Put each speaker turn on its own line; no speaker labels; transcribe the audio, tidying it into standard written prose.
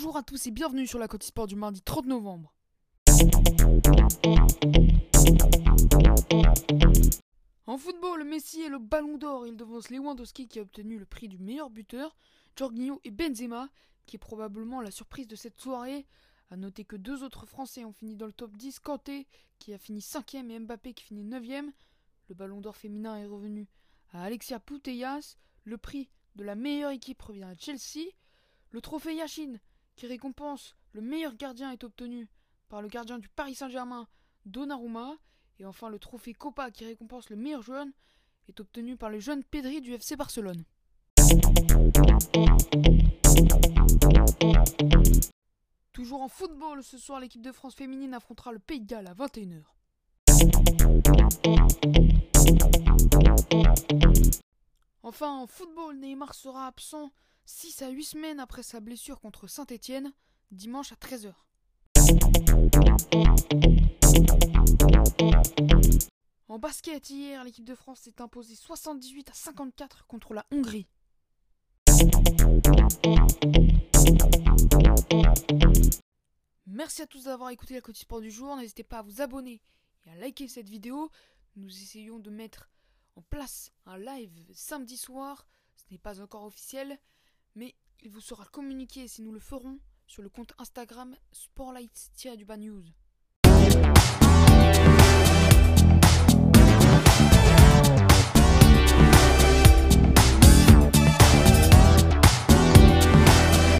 Bonjour à tous et bienvenue sur la Côte Sport du mardi 30 novembre. En football, Messi et le Ballon d'Or, il devance Lewandowski qui a obtenu le prix du meilleur buteur, Jorginho et Benzema, qui est probablement la surprise de cette soirée. A noter que deux autres Français ont fini dans le top 10, Kanté qui a fini 5ème et Mbappé qui finit 9ème. Le Ballon d'Or féminin est revenu à Alexia Putellas. Le prix de la meilleure équipe revient à Chelsea. Le trophée Yashin, qui récompense le meilleur gardien, est obtenu par le gardien du Paris Saint-Germain, Donnarumma. Et enfin, le trophée Copa, qui récompense le meilleur jeune, est obtenu par le jeune Pedri du FC Barcelone. Toujours en football, ce soir, l'équipe de France féminine affrontera le Pays de Galles à 21h. Enfin, en football, Neymar sera absent 6 à 8 semaines après sa blessure contre Saint-Etienne, dimanche à 13h. En basket, hier, l'équipe de France s'est imposée 78 à 54 contre la Hongrie. Merci à tous d'avoir écouté la Côte Sport du jour. N'hésitez pas à vous abonner et à liker cette vidéo. Nous essayons de mettre en place un live samedi soir. Ce n'est pas encore officiel, mais il vous sera communiqué si nous le ferons sur le compte Instagram Sportlight-News.